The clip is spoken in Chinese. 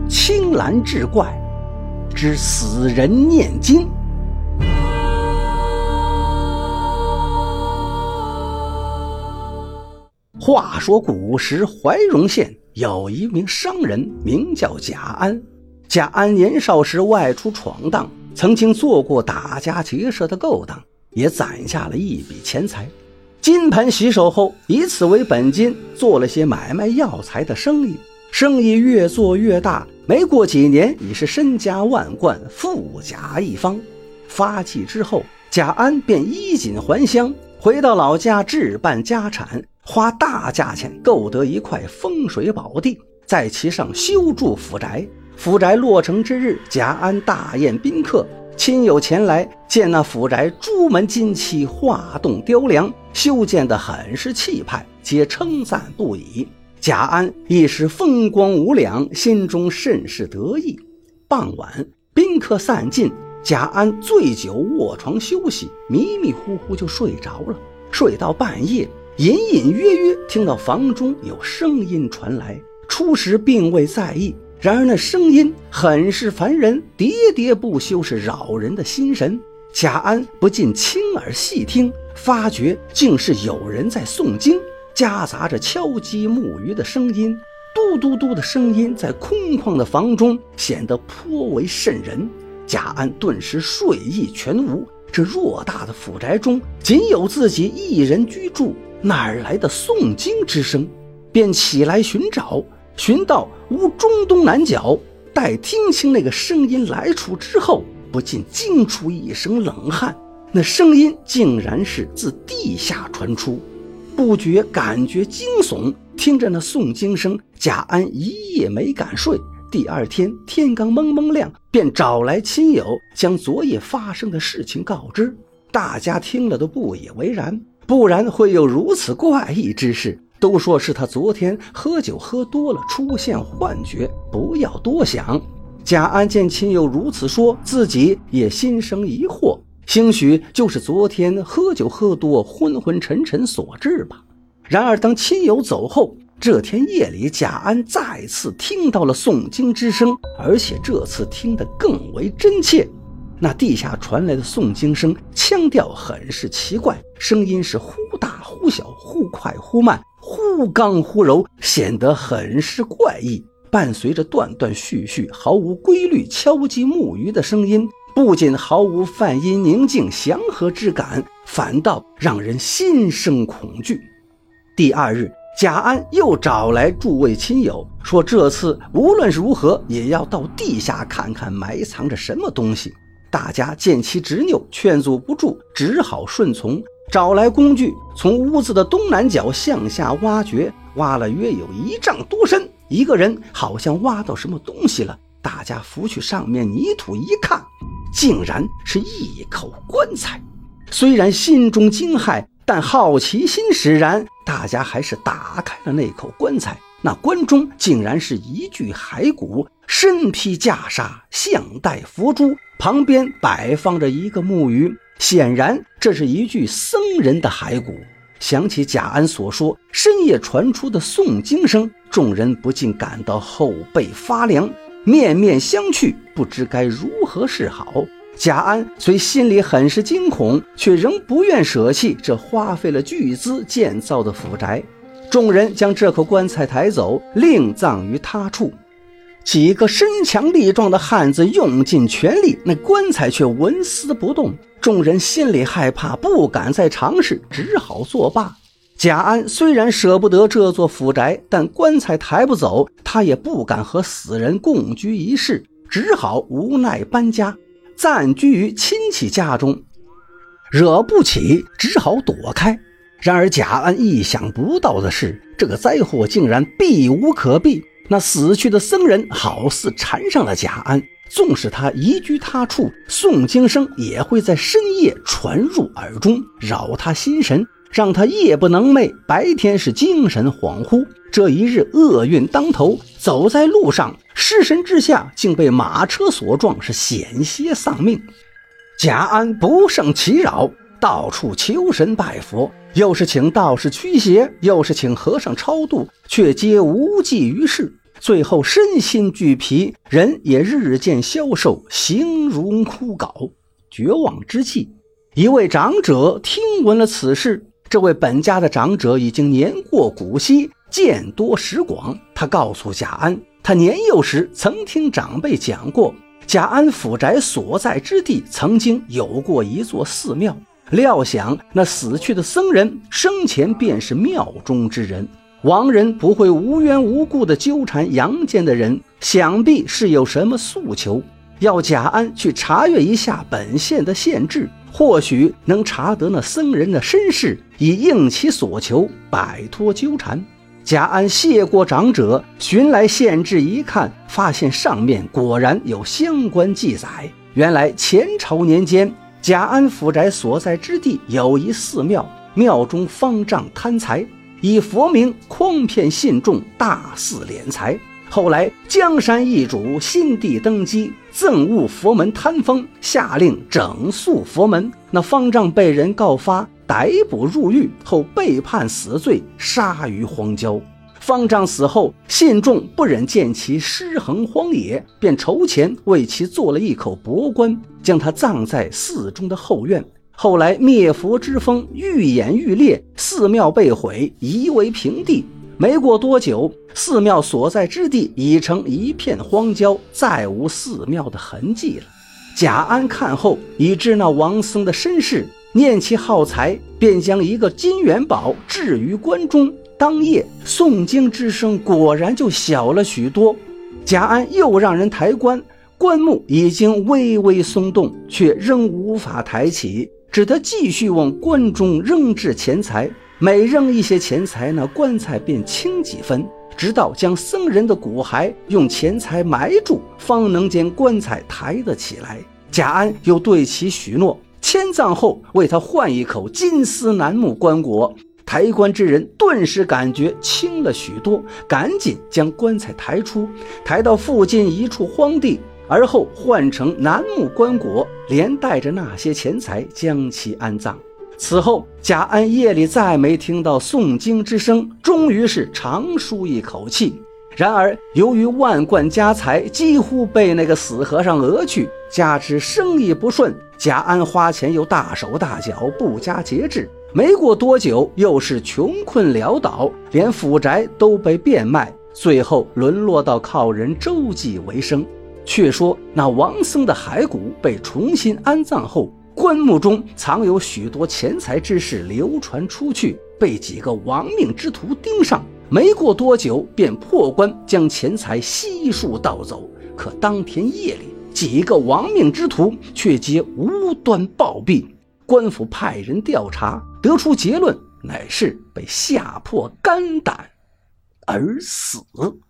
青蓝志怪之死人念经。话说古时怀荣县有一名商人，名叫贾安。贾安年少时外出闯荡，曾经做过打家劫舍的勾当，也攒下了一笔钱财。金盆洗手后，以此为本金，做了些买卖药材的生意。生意越做越大，没过几年已是身家万贯，富甲一方。发迹之后，贾安便衣锦还乡，回到老家置办家产，花大价钱购得一块风水宝地，在其上修筑府宅。府宅落成之日，贾安大宴宾客，亲友前来，见那府宅朱门金漆，画栋雕梁，修建得很是气派，皆称赞不已。贾安一时风光无两，心中甚是得意。傍晚宾客散尽，贾安醉酒卧床休息，迷迷糊糊就睡着了。睡到半夜，隐隐约约听到房中有声音传来，初时并未在意，然而那声音很是烦人，喋喋不休，是扰人的心神。贾安不禁倾耳细听，发觉竟是有人在诵经，夹杂着敲击木鱼的声音，嘟嘟嘟的声音在空旷的房中显得颇为瘆人。贾安顿时睡意全无，这偌大的府宅中仅有自己一人居住，哪儿来的诵经之声？便起来寻找，寻到屋中东南角，待听清那个声音来处之后，不禁惊出一声冷汗。那声音竟然是自地下传出，不觉感觉惊悚。听着那诵经声，贾安一夜没敢睡。第二天天刚蒙蒙亮，便找来亲友，将昨夜发生的事情告知。大家听了都不以为然，不然会有如此怪异之事，都说是他昨天喝酒喝多了，出现幻觉，不要多想。贾安见亲友如此说，自己也心生疑惑，兴许就是昨天喝酒喝多，昏昏沉沉所致吧。然而当亲友走后，这天夜里，贾安再次听到了诵经之声，而且这次听得更为真切。那地下传来的诵经声，腔调很是奇怪，声音是忽大忽小，忽快忽慢，忽刚忽柔，显得很是怪异。伴随着断断续续、毫无规律敲击木鱼的声音，不仅毫无梵音宁静祥和之感，反倒让人心生恐惧。第二日，贾安又找来诸位亲友，说这次无论如何也要到地下看看埋藏着什么东西。大家见其执拗，劝阻不住，只好顺从，找来工具，从屋子的东南角向下挖掘，挖了约有1丈多深。一个人好像挖到什么东西了，大家拂去上面泥土一看，竟然是一口棺材。虽然心中惊骇，但好奇心使然，大家还是打开了那口棺材。那棺中竟然是一具骸骨，身披袈裟，项戴佛珠，旁边摆放着一个木鱼，显然这是一具僧人的骸骨。想起贾安所说深夜传出的诵经声，众人不禁感到后背发凉，面面相觑，不知该如何是好。贾安虽心里很是惊恐，却仍不愿舍弃这花费了巨资建造的府宅。众人将这口棺材抬走，另葬于他处。几个身强力壮的汉子用尽全力，那棺材却纹丝不动。众人心里害怕，不敢再尝试，只好作罢。贾安虽然舍不得这座府宅，但棺材抬不走，他也不敢和死人共居一室，只好无奈搬家，暂居于亲戚家中。惹不起，只好躲开。然而贾安意想不到的是，这个灾祸竟然避无可避。那死去的僧人好似缠上了贾安，纵使他移居他处，诵经声也会在深夜传入耳中，扰他心神，让他夜不能寐，白天是精神恍惚。这一日厄运当头，走在路上，失神之下竟被马车所撞，是险些丧命。贾安不胜其扰，到处求神拜佛，又是请道士驱邪，又是请和尚超度，却皆无济于事。 最后身心俱疲，人也日渐消瘦，形容枯槁。绝望之际，一位长者听闻了此事。这位本家的长者已经年过古稀，见多识广。他告诉贾安，他年幼时曾听长辈讲过，贾安府宅所在之地曾经有过一座寺庙，料想那死去的僧人生前便是庙中之人，亡人不会无缘无故地纠缠阳间的人，想必是有什么诉求，要贾安去查阅一下本县的县志，或许能查得那僧人的身世，以应其所求，摆脱纠缠。贾安谢过长者，寻来县志一看，发现上面果然有相关记载。原来前朝年间，贾安府宅所在之地有一寺庙，庙中方丈贪财，以佛名诓骗信众，大肆敛财。后来江山易主，新帝登基，憎恶佛门贪风，下令整肃佛门。那方丈被人告发，逮捕入狱后被判死罪，杀于荒郊。方丈死后，信众不忍见其尸横荒野，便筹钱为其做了一口帛棺，将他葬在寺中的后院。后来灭佛之风愈演愈烈，寺庙被毁，夷为平地。没过多久，寺庙所在之地已成一片荒郊，再无寺庙的痕迹了。贾安看后已知那王僧的身世，念其好财，便将一个金元宝置于棺中。当夜诵经之声果然就小了许多。贾安又让人抬棺，棺木已经微微松动，却仍无法抬起，只得继续往棺中扔置钱财。每扔一些钱财，那棺材便轻几分，直到将僧人的骨骸用钱财埋住，方能将棺材抬得起来。贾安又对其许诺，迁葬后为他换一口金丝楠木棺椁。抬棺之人顿时感觉轻了许多，赶紧将棺材抬出，抬到附近一处荒地，而后换成楠木棺椁，连带着那些钱财将其安葬。此后贾安夜里再没听到诵经之声，终于是长舒一口气。然而由于万贯家财几乎被那个死和尚讹去，加之生意不顺，贾安花钱又大手大脚，不加节制。没过多久，又是穷困潦倒，连府宅都被变卖，最后沦落到靠人周济为生。却说那王僧的骸骨被重新安葬后，棺木中藏有许多钱财之事流传出去，被几个亡命之徒盯上，没过多久便破棺将钱财悉数盗走。可当天夜里，几个亡命之徒却皆无端暴毙。官府派人调查，得出结论，乃是被吓破肝胆而死。